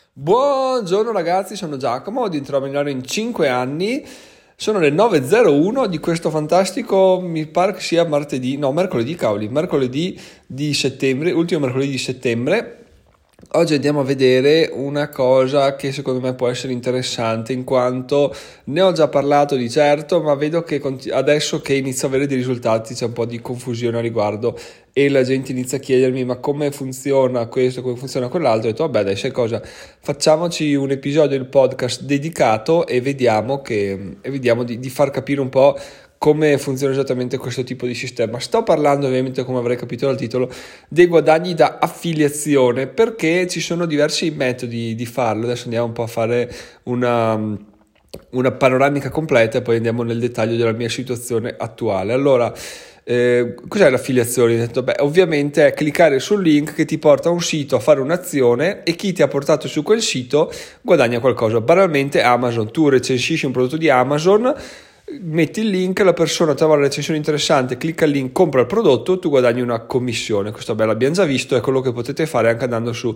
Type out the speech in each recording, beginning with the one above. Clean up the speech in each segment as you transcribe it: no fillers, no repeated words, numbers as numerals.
Buongiorno ragazzi, sono Giacomo, diventerò milionario in 5 anni. Sono le 9:01 di questo fantastico, mi pare che sia mercoledì di settembre, ultimo mercoledì di settembre. Oggi andiamo a vedere una cosa che secondo me può essere interessante, in quanto ne ho già parlato di certo, ma vedo che adesso che inizio a avere dei risultati c'è un po' di confusione a riguardo e la gente inizia a chiedermi ma come funziona questo, come funziona quell'altro. Ho detto vabbè dai, sai cosa, facciamoci un episodio del podcast dedicato e vediamo di far capire un po' come funziona esattamente questo tipo di sistema. Sto parlando ovviamente, come avrei capito dal titolo, dei guadagni da affiliazione, perché ci sono diversi metodi di farlo. Adesso andiamo un po' a fare una panoramica completa e poi andiamo nel dettaglio della mia situazione attuale. Allora, cos'è l'affiliazione? Ovviamente è cliccare sul link che ti porta a un sito a fare un'azione e chi ti ha portato su quel sito guadagna qualcosa. Banalmente Amazon, tu recensisci un prodotto di Amazon, metti il link, la persona trova la recensione interessante, clicca il link, compra il prodotto, tu guadagni una commissione. Questo l'abbiamo già visto, è quello che potete fare anche andando su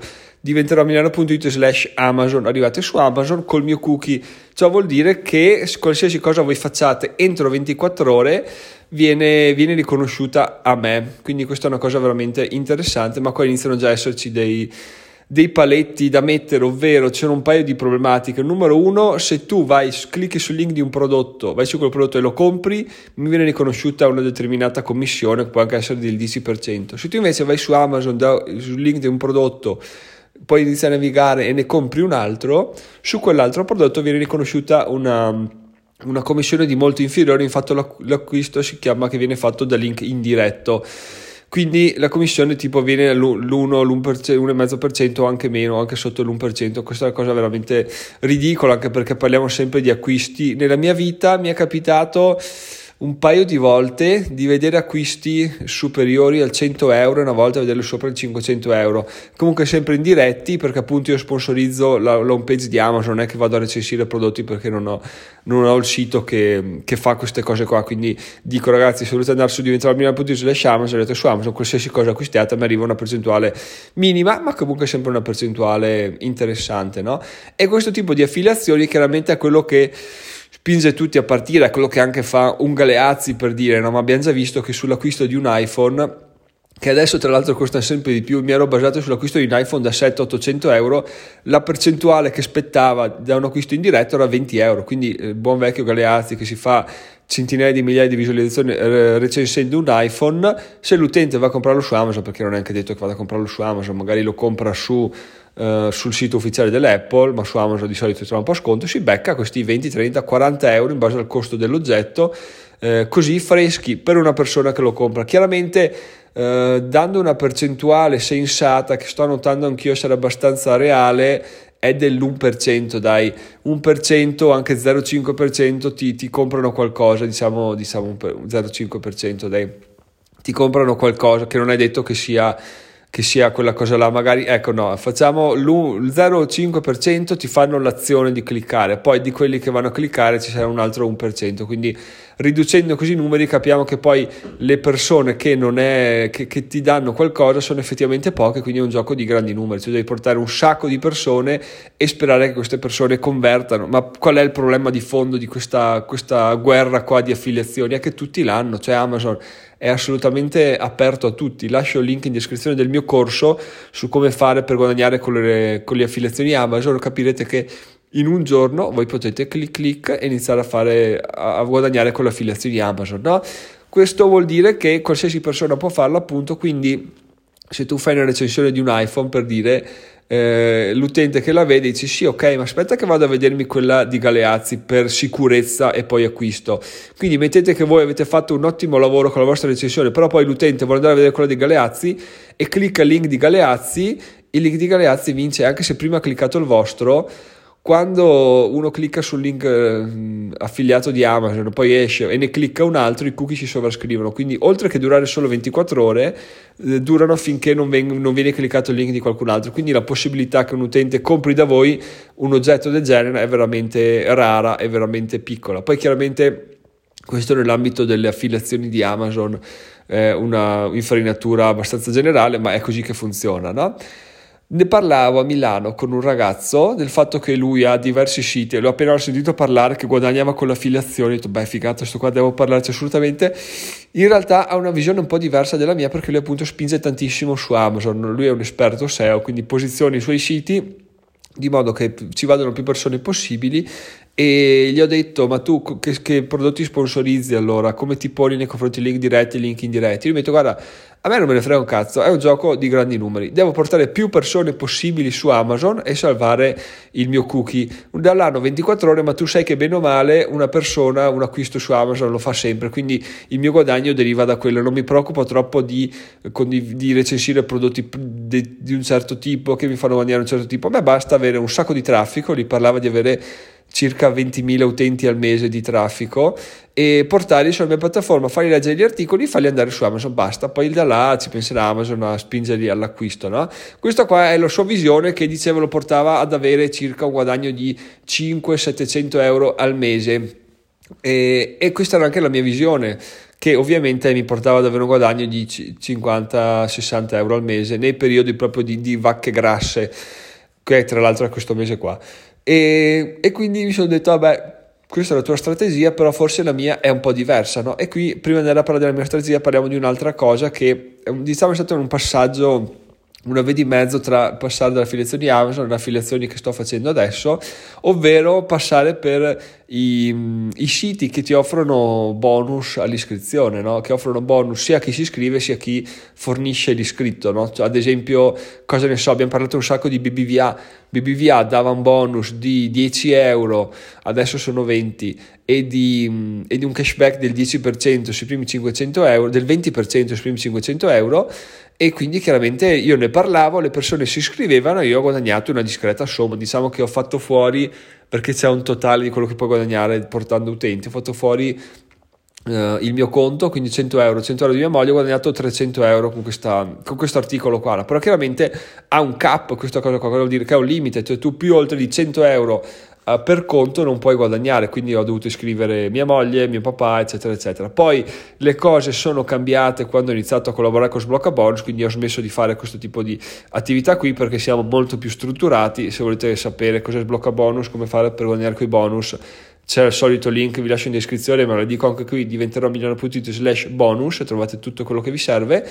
diventeromilano.it/Amazon. Arrivate su Amazon col mio cookie, ciò vuol dire che qualsiasi cosa voi facciate entro 24 ore viene riconosciuta a me, quindi questa è una cosa veramente interessante. Ma qua iniziano già a esserci dei paletti da mettere, ovvero c'è un paio di problematiche. Numero uno, se tu clicchi sul link di un prodotto, vai su quel prodotto e lo compri, mi viene riconosciuta una determinata commissione, che può anche essere del 10%. Se tu invece vai su Amazon, sul link di un prodotto, poi inizi a navigare e ne compri un altro, su quell'altro prodotto viene riconosciuta una commissione di molto inferiore. Infatti l'acquisto si chiama che viene fatto da link indiretto, quindi la commissione tipo viene l'1,5% o anche meno, anche sotto l'1%. Questa è una cosa veramente ridicola, anche perché parliamo sempre di acquisti. Nella mia vita mi è capitato un paio di volte di vedere acquisti superiori al 100 euro e una volta vederli sopra il 500 euro, comunque sempre indiretti, perché appunto io sponsorizzo la home page di Amazon, non è che vado a recensire prodotti, perché non ho il sito che fa queste cose qua. Quindi dico ragazzi, se volete andare su diventeromilano.it/Amazon, andate su Amazon, qualsiasi cosa acquistiate mi arriva una percentuale minima, ma comunque sempre una percentuale interessante, no? E questo tipo di affiliazioni chiaramente è quello che spinge tutti a partire, è quello che anche fa un Galeazzi, per dire, no? Ma abbiamo già visto che sull'acquisto di un iPhone, che adesso tra l'altro costa sempre di più, mi ero basato sull'acquisto di un iPhone da 700-800 euro, la percentuale che spettava da un acquisto indiretto era 20 euro, quindi buon vecchio Galeazzi che si fa centinaia di migliaia di visualizzazioni recensendo un iPhone. Se l'utente va a comprarlo su Amazon, perché non è anche detto che vada a comprarlo su Amazon, magari lo compra sul sito ufficiale dell'Apple, ma su Amazon di solito trova un po' sconto, si becca questi 20, 30, 40 euro in base al costo dell'oggetto, così freschi per una persona che lo compra. Chiaramente dando una percentuale sensata, che sto notando anch'io essere abbastanza reale, è dell'1%, dai, 1%, anche 0,5% ti comprano qualcosa, diciamo un 0,5%, dai, ti comprano qualcosa, che non è detto che sia quella cosa là, magari, ecco, no, facciamo il 0,5% ti fanno l'azione di cliccare, poi di quelli che vanno a cliccare ci sarà un altro 1%, quindi riducendo così i numeri capiamo che poi le persone che ti danno qualcosa sono effettivamente poche, quindi è un gioco di grandi numeri, tu devi portare un sacco di persone e sperare che queste persone convertano. Ma qual è il problema di fondo di questa guerra qua di affiliazioni? È che tutti l'hanno, cioè Amazon è assolutamente aperto a tutti. Lascio il link in descrizione del mio corso su come fare per guadagnare con le affiliazioni Amazon. Capirete che in un giorno voi potete clic e iniziare a guadagnare con le affiliazioni Amazon, no? Questo vuol dire che qualsiasi persona può farlo, appunto. Quindi se tu fai una recensione di un iPhone, per dire, l'utente che la vede dice sì, ok, ma aspetta che vado a vedermi quella di Galeazzi per sicurezza e poi acquisto. Quindi mettete che voi avete fatto un ottimo lavoro con la vostra recensione, però poi l'utente vuole andare a vedere quella di Galeazzi e clicca il link di Galeazzi. Il link di Galeazzi vince anche se prima ha cliccato il vostro. Quando uno clicca sul link affiliato di Amazon, poi esce e ne clicca un altro, i cookie si sovrascrivono, quindi oltre che durare solo 24 ore, durano finché non viene cliccato il link di qualcun altro. Quindi la possibilità che un utente compri da voi un oggetto del genere è veramente rara, è veramente piccola. Poi chiaramente questo nell'ambito delle affiliazioni di Amazon è una infarinatura abbastanza generale, ma è così che funziona, no? Ne parlavo a Milano con un ragazzo del fatto che lui ha diversi siti e l'ho appena sentito parlare che guadagnava con l'affiliazione. Ho detto, beh, figata, sto qua, devo parlarci assolutamente. In realtà ha una visione un po' diversa della mia, perché lui appunto spinge tantissimo su Amazon. Lui è un esperto SEO, quindi posiziona i suoi siti di modo che ci vadano più persone possibili. E gli ho detto, ma tu che prodotti sponsorizzi allora? Come ti poni nei confronti link diretti e link indiretti? Io mi ho detto, guarda, a me non me ne frega un cazzo, è un gioco di grandi numeri, devo portare più persone possibili su Amazon e salvare il mio cookie dall'anno 24 ore, ma tu sai che bene o male una persona un acquisto su Amazon lo fa sempre, quindi il mio guadagno deriva da quello. Non mi preoccupo troppo di recensire prodotti di un certo tipo che mi fanno guadagnare un certo tipo, a me basta avere un sacco di traffico. Gli parlava di avere circa 20.000 utenti al mese di traffico e portarli sulla mia piattaforma, fargli leggere gli articoli, farli andare su Amazon, basta. Poi da là ci penserà Amazon a spingerli all'acquisto, no? Questa qua è la sua visione, che diceva lo portava ad avere circa un guadagno di 500-700 euro al mese e questa era anche la mia visione, che ovviamente mi portava ad avere un guadagno di 50-60 euro al mese nei periodi proprio di vacche grasse, che tra l'altro è questo mese qua. E quindi mi sono detto, vabbè, questa è la tua strategia, però forse la mia è un po' diversa, no? E qui, prima di andare a parlare della mia strategia, parliamo di un'altra cosa che diciamo è stato un passaggio, una via di mezzo tra passare dalle affiliazioni Amazon alle affiliazioni che sto facendo adesso, ovvero passare per i siti che ti offrono bonus all'iscrizione, no? Che offrono bonus sia a chi si iscrive sia a chi fornisce l'iscritto, no? Cioè, ad esempio, cosa ne so, abbiamo parlato un sacco di BBVA dava un bonus di 10 euro, adesso sono 20, e di un cashback del 10% sui primi 500 euro, del 20% sui primi 500 euro, e quindi chiaramente io ne parlavo, le persone si iscrivevano e io ho guadagnato una discreta somma. Diciamo che ho fatto fuori, perché c'è un totale di quello che puoi guadagnare portando utenti, ho fatto fuori il mio conto, quindi 100 euro di mia moglie, ho guadagnato 300 euro con questo articolo qua, però chiaramente ha un cap questa cosa qua, vuol dire che ha un limite, cioè tu più oltre di 100 euro per conto non puoi guadagnare, quindi ho dovuto iscrivere mia moglie, mio papà, eccetera eccetera. Poi le cose sono cambiate quando ho iniziato a collaborare con Sblocca Bonus, quindi ho smesso di fare questo tipo di attività qui perché siamo molto più strutturati. Se volete sapere cos'è Sblocca Bonus, come fare per guadagnare quei bonus, c'è il solito link, vi lascio in descrizione, ma lo dico anche qui, diventeromilionario.it/bonus, trovate tutto quello che vi serve.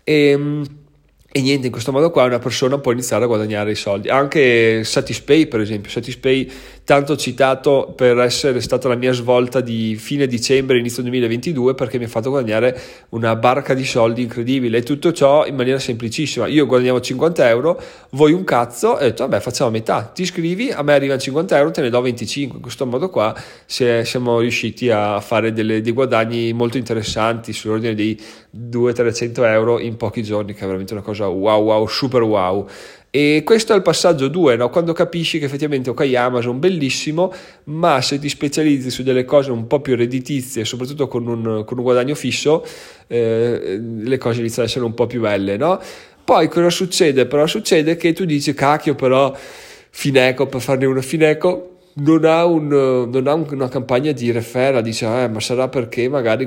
E niente, in questo modo qua una persona può iniziare a guadagnare i soldi. Anche Satispay, per esempio, Satispay tanto citato per essere stata la mia svolta di fine dicembre, inizio 2022, perché mi ha fatto guadagnare una barca di soldi incredibile, e tutto ciò in maniera semplicissima. Io guadagnavo 50 euro, voi un cazzo, e ho detto vabbè, facciamo metà, ti iscrivi, a me arrivano 50 euro, te ne do 25. In questo modo qua siamo riusciti a fare dei guadagni molto interessanti, sull'ordine dei 200-300 euro in pochi giorni, che è veramente una cosa wow, super wow. E questo è il passaggio 2, no? Quando capisci che effettivamente ok, Amazon bellissimo, ma se ti specializzi su delle cose un po' più redditizie, soprattutto con un guadagno fisso, le cose iniziano ad essere un po' più belle, no? Poi cosa succede? Però succede che tu dici, cacchio, però Fineco, per farne una, Fineco non ha una campagna di referral, dice ma sarà perché magari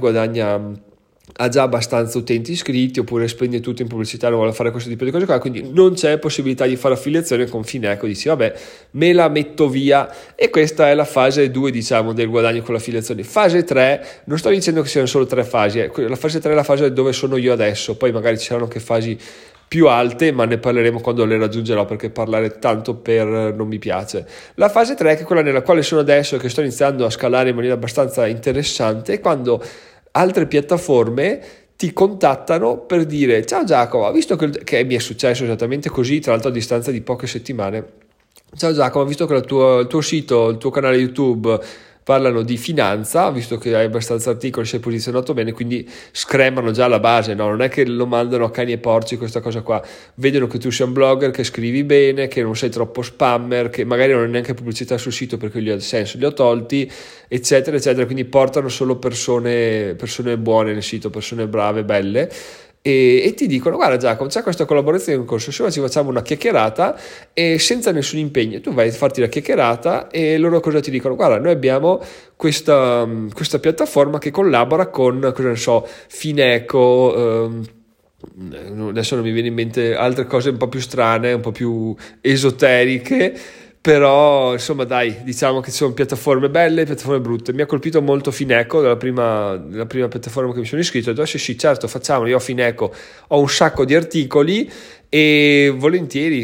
ha già abbastanza utenti iscritti, oppure spende tutto in pubblicità, non vuole fare questo tipo di cose qua, quindi non c'è possibilità di fare affiliazione con Fineco. Dici vabbè, me la metto via. E questa è la fase 2, diciamo, del guadagno con l'affiliazione. Fase 3, non sto dicendo che siano solo 3 fasi, la fase 3 è la fase dove sono io adesso, poi magari ci saranno anche fasi più alte, ma ne parleremo quando le raggiungerò, perché parlare tanto per non mi piace. La fase 3, che è quella nella quale sono adesso e che sto iniziando a scalare in maniera abbastanza interessante, è quando altre piattaforme ti contattano per dire ciao Giacomo, visto che mi è successo esattamente così, tra l'altro a distanza di poche settimane. Ciao Giacomo, visto che il tuo sito, il tuo canale YouTube parlano di finanza, visto che hai abbastanza articoli, sei posizionato bene, quindi scremano già la base, no? Non è che lo mandano a cani e porci questa cosa qua, vedono che tu sei un blogger, che scrivi bene, che non sei troppo spammer, che magari non hai neanche pubblicità sul sito perché gli ho tolti, eccetera eccetera, quindi portano solo persone buone nel sito, persone brave, belle, e ti dicono guarda Giacomo, c'è questa collaborazione in corso, se ci facciamo una chiacchierata, e senza nessun impegno tu vai a farti la chiacchierata e loro cosa ti dicono? Guarda, noi abbiamo questa piattaforma che collabora con, cosa ne so, Fineco, adesso non mi viene in mente altre cose un po' più strane, un po' più esoteriche, però insomma dai, diciamo che ci sono piattaforme belle e piattaforme brutte. Mi ha colpito molto Fineco, della prima piattaforma che mi sono iscritto. Ho detto sì, certo, facciamolo. Io a Fineco ho un sacco di articoli e volentieri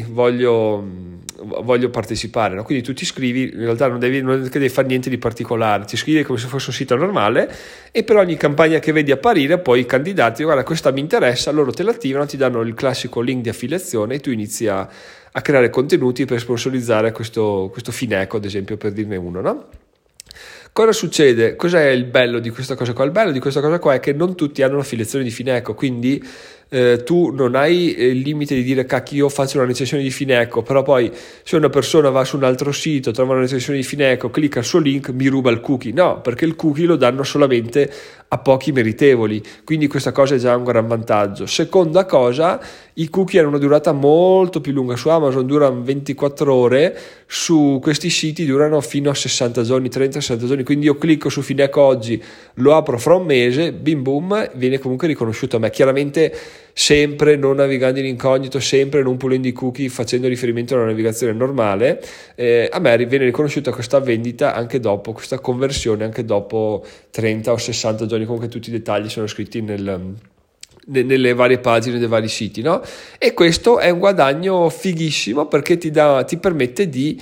voglio partecipare, no? Quindi tu ti iscrivi, in realtà non devi fare niente di particolare, ti iscrivi come se fosse un sito normale e per ogni campagna che vedi apparire poi i candidati, guarda, questa mi interessa, loro te l'attivano, ti danno il classico link di affiliazione e tu inizi a creare contenuti per sponsorizzare questo Fineco, ad esempio, per dirne uno, no? Cosa succede? Cos'è il bello di questa cosa qua? Il bello di questa cosa qua è che non tutti hanno l'affiliazione di Fineco, quindi tu non hai il limite di dire cacchio, io faccio una recensione di Fineco, però poi se una persona va su un altro sito, trova una recensione di Fineco, clicca il suo link, mi ruba il cookie. No, perché il cookie lo danno solamente a pochi meritevoli, quindi questa cosa è già un gran vantaggio. Seconda cosa, i cookie hanno una durata molto più lunga. Su Amazon durano 24 ore, su questi siti durano fino a 60 giorni, 30-60 giorni, quindi io clicco su Fineco oggi, lo apro fra un mese, bim bum, viene comunque riconosciuto a me, chiaramente sempre non navigando in incognito, sempre non pulendo i cookie, facendo riferimento a una navigazione normale. A me viene riconosciuta questa vendita anche dopo, questa conversione anche dopo 30 o 60 giorni, comunque tutti i dettagli sono scritti nelle varie pagine dei vari siti, no? E questo è un guadagno fighissimo perché ti permette di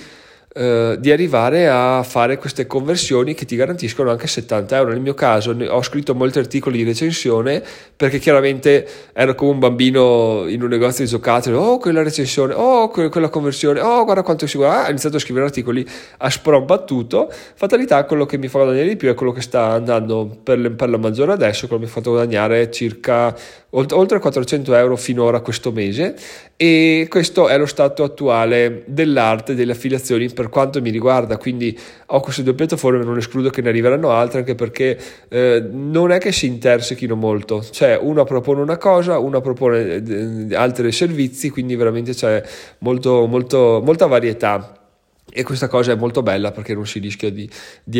arrivare a fare queste conversioni che ti garantiscono anche 70 euro. Nel mio caso ho scritto molti articoli di recensione perché chiaramente ero come un bambino in un negozio di giocattoli, quella recensione, quella conversione, guarda quanto si guarda. Ho iniziato a scrivere articoli a sprombattuto. Fatalità, quello che mi fa guadagnare di più è quello che sta andando per la maggiore adesso, quello che mi ha fatto guadagnare circa oltre 400 euro finora questo mese, e questo è lo stato attuale dell'arte delle affiliazioni per quanto mi riguarda. Quindi ho queste due piattaforme, non escludo che ne arriveranno altre, anche perché non è che si intersechino molto, cioè una propone una cosa, una propone altri servizi, quindi veramente c'è molta varietà. E questa cosa è molto bella perché non si rischia di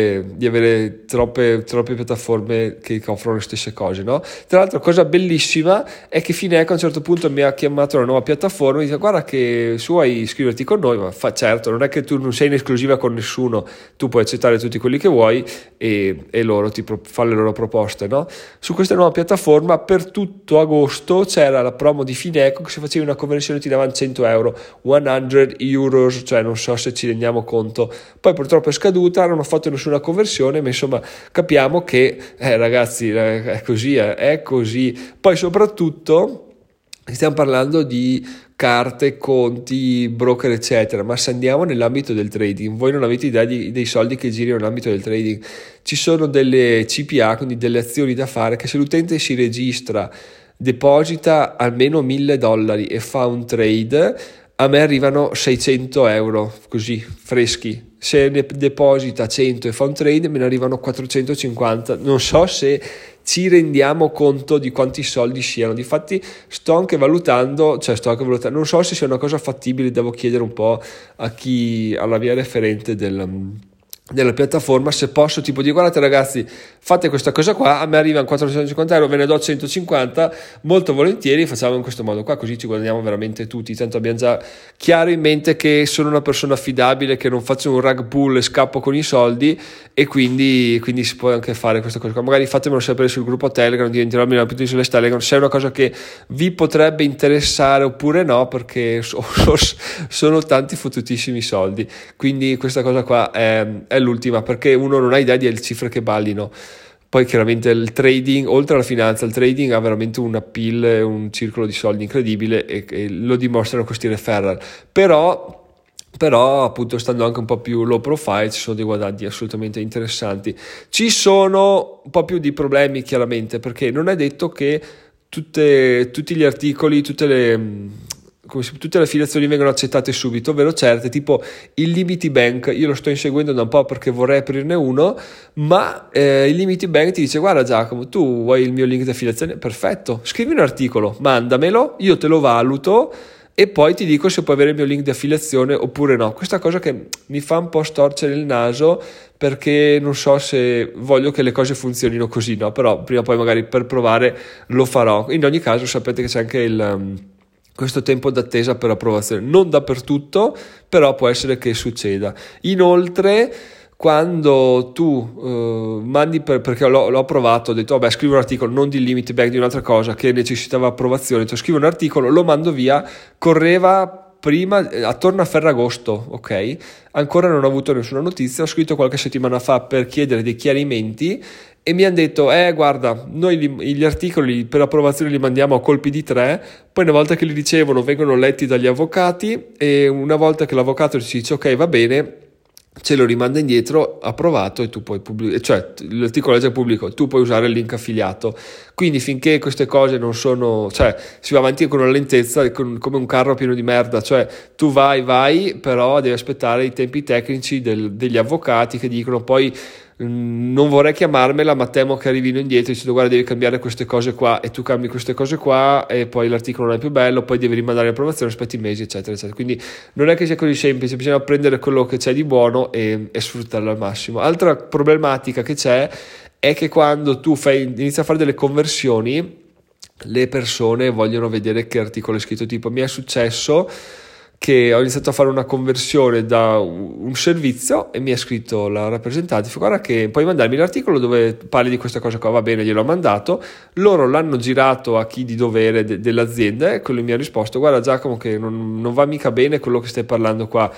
avere troppe piattaforme che offrono le stesse cose, no? Tra l'altro, cosa bellissima è che Fineco a un certo punto mi ha chiamato una nuova piattaforma e dice guarda che se vuoi iscriverti con noi, ma certo, non è che tu non sei in esclusiva con nessuno, tu puoi accettare tutti quelli che vuoi e loro ti fanno le loro proposte, no? Su questa nuova piattaforma per tutto agosto c'era la promo di Fineco che se facevi una conversione ti davano 100 euro, 100 euros, cioè non so se ci rendiamo conto. Poi purtroppo è scaduta, non ho fatto nessuna conversione, ma insomma capiamo che ragazzi è così. Poi soprattutto stiamo parlando di carte, conti, broker eccetera, ma se andiamo nell'ambito del trading, voi non avete idea dei soldi che girano nell'ambito del trading. Ci sono delle CPA, quindi delle azioni da fare, che se l'utente si registra, deposita almeno $1.000 e fa un trade, a me arrivano 600 euro così freschi. Se ne deposita 100 e fa un trade me ne arrivano 450. Non so se ci rendiamo conto di quanti soldi siano. Difatti sto anche valutando, non so se sia una cosa fattibile, devo chiedere un po' alla mia referente della piattaforma se posso tipo dire guardate ragazzi, fate questa cosa qua, a me arrivano 450 euro, ve ne do 150, molto volentieri, facciamo in questo modo qua, così ci guadagniamo veramente tutti. Tanto abbiamo già chiaro in mente che sono una persona affidabile, che non faccio un rug pull e scappo con i soldi, e quindi si può anche fare questa cosa qua. Magari fatemelo sapere sul gruppo Telegram, diventerò più di sulle Telegram, se è una cosa che vi potrebbe interessare oppure no, perché sono tanti fottutissimi soldi. Quindi questa cosa qua è l'ultima, perché uno non ha idea delle cifre che ballino. Poi chiaramente il trading, oltre alla finanza, il trading ha veramente un appeal, un circolo di soldi incredibile, e lo dimostrano questi referral. Però appunto, stando anche un po' più low profile, ci sono dei guadagni assolutamente interessanti. Ci sono un po' più di problemi chiaramente, perché non è detto che tutti gli articoli, tutte le affiliazioni vengono accettate subito, ovvero certe, tipo il Limity Bank. Io lo sto inseguendo da un po' perché vorrei aprirne uno, ma il Limity Bank ti dice guarda Giacomo, tu vuoi il mio link di affiliazione? Perfetto, scrivi un articolo, mandamelo, io te lo valuto e poi ti dico se puoi avere il mio link di affiliazione oppure no. Questa cosa che mi fa un po' storcere il naso, perché non so se voglio che le cose funzionino così, no? Però prima o poi magari per provare lo farò. In ogni caso sapete che c'è anche questo tempo d'attesa per approvazione, non dappertutto, però può essere che succeda. Inoltre, quando tu mandi perché l'ho provato, ho detto vabbè, scrivo un articolo non di limit back, di un'altra cosa che necessitava approvazione, ho detto scrivo un articolo, lo mando via, correva prima attorno a Ferragosto, ok? Ancora non ho avuto nessuna notizia, ho scritto qualche settimana fa per chiedere dei chiarimenti e mi hanno detto guarda, noi gli articoli per approvazione li mandiamo a colpi di 3, poi una volta che li ricevono vengono letti dagli avvocati e una volta che l'avvocato ci dice ok, va bene, ce lo rimanda indietro, approvato, e tu puoi pubblicare, cioè l'articolo è già pubblico, tu puoi usare il link affiliato. Quindi finché queste cose non sono, cioè si va avanti con una lentezza come un carro pieno di merda, cioè tu vai, però devi aspettare i tempi tecnici degli avvocati che dicono poi non vorrei chiamarmela, ma temo che arrivino indietro dicendo guarda, devi cambiare queste cose qua, e tu cambi queste cose qua e poi l'articolo non è più bello, poi devi rimandare l'approvazione, aspetti mesi, eccetera eccetera. Quindi non è che sia così semplice, bisogna prendere quello che c'è di buono e sfruttarlo al massimo. Altra problematica che c'è è che quando tu inizi a fare delle conversioni, le persone vogliono vedere che articolo è scritto. Tipo mi è successo che ho iniziato a fare una conversione da un servizio e mi ha scritto la rappresentante, guarda che puoi mandarmi l'articolo dove parli di questa cosa qua, va bene, gliel'ho mandato, loro l'hanno girato a chi di dovere dell'azienda e quello mi ha risposto guarda Giacomo che non va mica bene quello che stai parlando qua,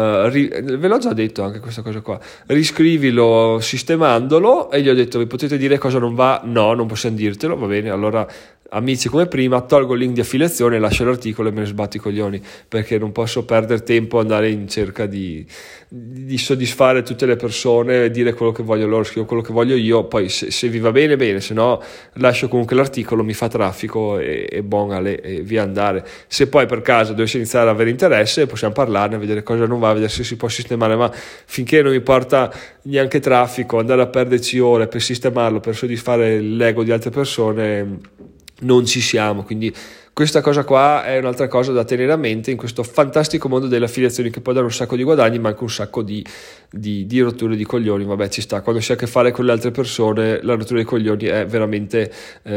ve l'ho già detto anche questa cosa qua, riscrivilo sistemandolo, e gli ho detto vi potete dire cosa non va? No, non possiamo dirtelo, va bene, allora amici come prima, tolgo il link di affiliazione, lascio l'articolo e me ne sbatto i coglioni, perché non posso perdere tempo andare in cerca di soddisfare tutte le persone, dire quello che voglio loro, scrivo quello che voglio io, poi se vi va bene bene, se no lascio comunque l'articolo, mi fa traffico e via andare. Se poi per caso dovessi iniziare ad avere interesse possiamo parlarne, vedere cosa non va, vedere se si può sistemare, ma finché non mi porta neanche traffico, andare a perderci ore per sistemarlo, per soddisfare l'ego di altre persone, non ci siamo. Quindi questa cosa qua è un'altra cosa da tenere a mente in questo fantastico mondo delle affiliazioni, che può dare un sacco di guadagni ma anche un sacco di rotture di coglioni. Vabbè, ci sta, quando si ha a che fare con le altre persone la rottura dei coglioni è veramente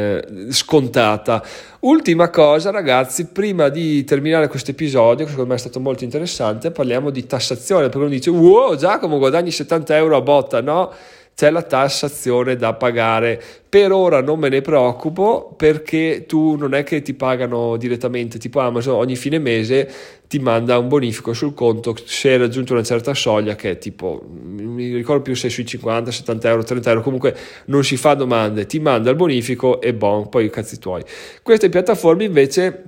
scontata. Ultima cosa ragazzi, prima di terminare questo episodio, che secondo me è stato molto interessante, parliamo di tassazione, perché uno dice wow Giacomo guadagni 70 euro a botta, no? C'è la tassazione da pagare. Per ora non me ne preoccupo, perché tu non è che ti pagano direttamente, tipo Amazon ogni fine mese ti manda un bonifico sul conto se hai raggiunto una certa soglia, che è tipo, non mi ricordo più se è sui 50, 70 euro, 30 euro, comunque non si fa domande, ti manda il bonifico e poi i cazzi tuoi. Queste piattaforme invece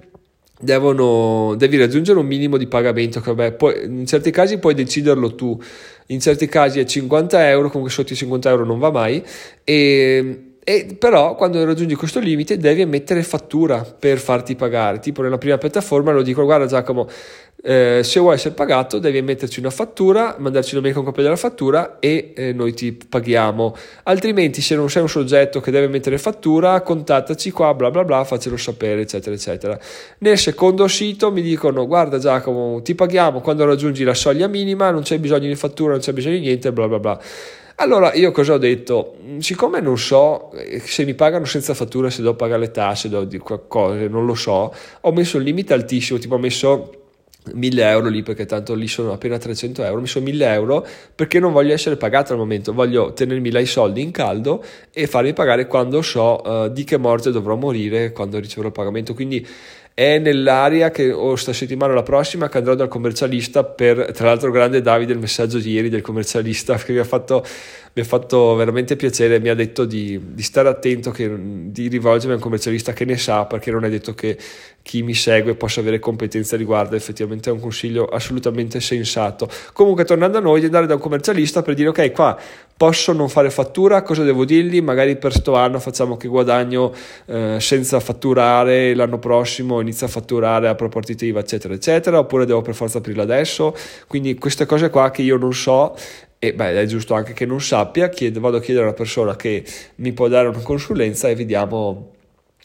devi raggiungere un minimo di pagamento che vabbè, poi in certi casi puoi deciderlo tu, in certi casi è 50 euro, comunque sotto i 50 euro non va mai, e però quando raggiungi questo limite devi emettere fattura per farti pagare. Tipo nella prima piattaforma lo dico guarda Giacomo, se vuoi essere pagato devi emetterci una fattura, mandarci una mail con copia della fattura e noi ti paghiamo, altrimenti se non sei un soggetto che deve emettere fattura contattaci qua bla bla bla, faccelo sapere eccetera eccetera. Nel secondo sito mi dicono guarda Giacomo ti paghiamo quando raggiungi la soglia minima, non c'è bisogno di fattura, non c'è bisogno di niente bla bla bla. Allora io cosa ho detto? Siccome non so se mi pagano senza fattura, se devo pagare le tasse, devo dire qualcosa, non lo so, ho messo il limite altissimo, tipo ho messo 1000 euro lì, perché tanto lì sono appena 300 euro, mi sono 1000 euro perché non voglio essere pagato al momento, voglio tenermi là i soldi in caldo e farmi pagare quando so di che morte dovrò morire quando riceverò il pagamento. Quindi è nell'aria che sta settimana o la prossima che andrò dal commercialista tra l'altro grande Davide, il messaggio di ieri del commercialista che mi ha fatto veramente piacere, mi ha detto di stare attento, di rivolgermi a un commercialista che ne sa, perché non è detto che chi mi segue possa avere competenza a riguardo. Effettivamente è un consiglio assolutamente sensato. Comunque tornando a noi, di andare da un commercialista per dire ok, qua posso non fare fattura, cosa devo dirgli? Magari per sto anno facciamo che guadagno senza fatturare, l'anno prossimo inizio a fatturare a partita IVA eccetera eccetera, oppure devo per forza aprirla adesso. Quindi queste cose qua che io non so, e è giusto anche che non sappia, vado a chiedere a una persona che mi può dare una consulenza e vediamo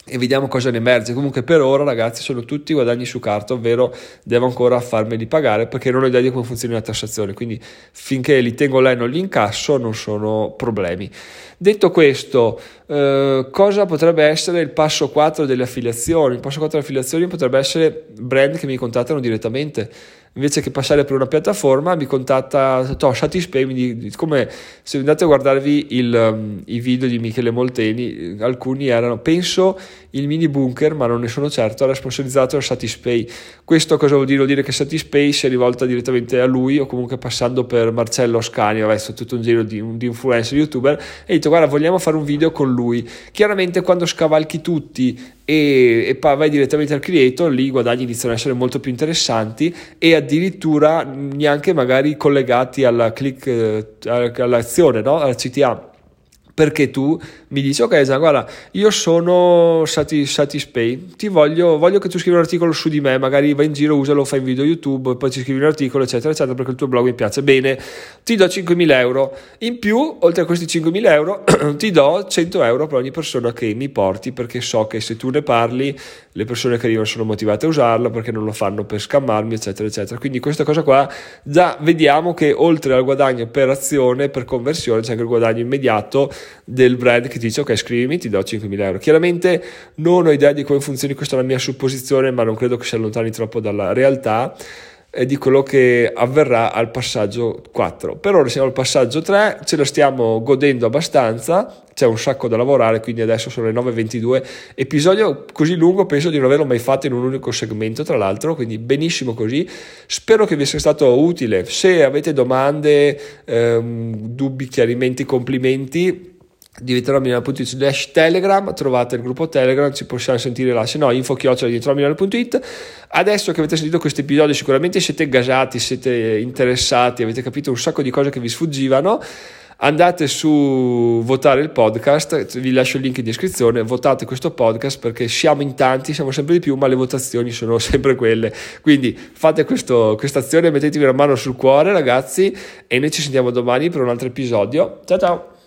e vediamo cosa ne emerge. Comunque per ora, ragazzi, sono tutti guadagni su carta, ovvero devo ancora farmeli pagare perché non ho idea di come funzioni la tassazione, quindi finché li tengo là e non li incasso non sono problemi. Detto questo, cosa potrebbe essere il passo 4 delle affiliazioni? Il passo 4 delle affiliazioni potrebbe essere brand che mi contattano direttamente. Invece che passare per una piattaforma mi contatta Satispay, come se andate a guardarvi i video di Michele Molteni, alcuni erano, penso, il mini bunker, ma non ne sono certo, era sponsorizzato da Satispay. Questo cosa vuol dire? Vuol dire che Satispay si è rivolta direttamente a lui o comunque passando per Marcello Ascani, adesso tutto un giro di influencer youtuber, e ha detto guarda vogliamo fare un video con lui. Chiaramente quando scavalchi tutti e vai direttamente al creator, lì i guadagni iniziano ad essere molto più interessanti e addirittura neanche magari collegati alla all'azione, no? Alla CTA. Perché tu mi dici ok Gian, guarda io sono Satispay, voglio che tu scrivi un articolo su di me, magari vai in giro, usalo, fai un video YouTube, poi ci scrivi un articolo eccetera eccetera perché il tuo blog mi piace, bene, ti do 5.000 euro in più, oltre a questi 5.000 euro ti do 100 euro per ogni persona che mi porti, perché so che se tu ne parli le persone che arrivano sono motivate a usarlo, perché non lo fanno per scammarmi eccetera eccetera. Quindi questa cosa qua già vediamo che oltre al guadagno per azione, per conversione, c'è anche il guadagno immediato del brand che ti dice ok scrivimi, ti do 5.000 euro. Chiaramente non ho idea di come funzioni, questa è la mia supposizione, ma non credo che si allontani troppo dalla realtà di quello che avverrà al passaggio 4. Per ora siamo al passaggio 3, ce lo stiamo godendo abbastanza, c'è un sacco da lavorare, quindi adesso sono le 9:22, episodio così lungo penso di non averlo mai fatto in un unico segmento, tra l'altro, quindi benissimo così. Spero che vi sia stato utile. Se avete domande, dubbi, chiarimenti, complimenti, diventerò Milano.it/Telegram, trovate il gruppo Telegram, ci possiamo sentire là, se no info@diventerò.it. Adesso che avete sentito questo episodio sicuramente siete gasati, siete interessati, avete capito un sacco di cose che vi sfuggivano. Andate su votare il podcast, vi lascio il link in descrizione, votate questo podcast perché siamo in tanti, siamo sempre di più, ma le votazioni sono sempre quelle, quindi fate questa azione, mettetevi una mano sul cuore ragazzi e noi ci sentiamo domani per un altro episodio. Ciao ciao!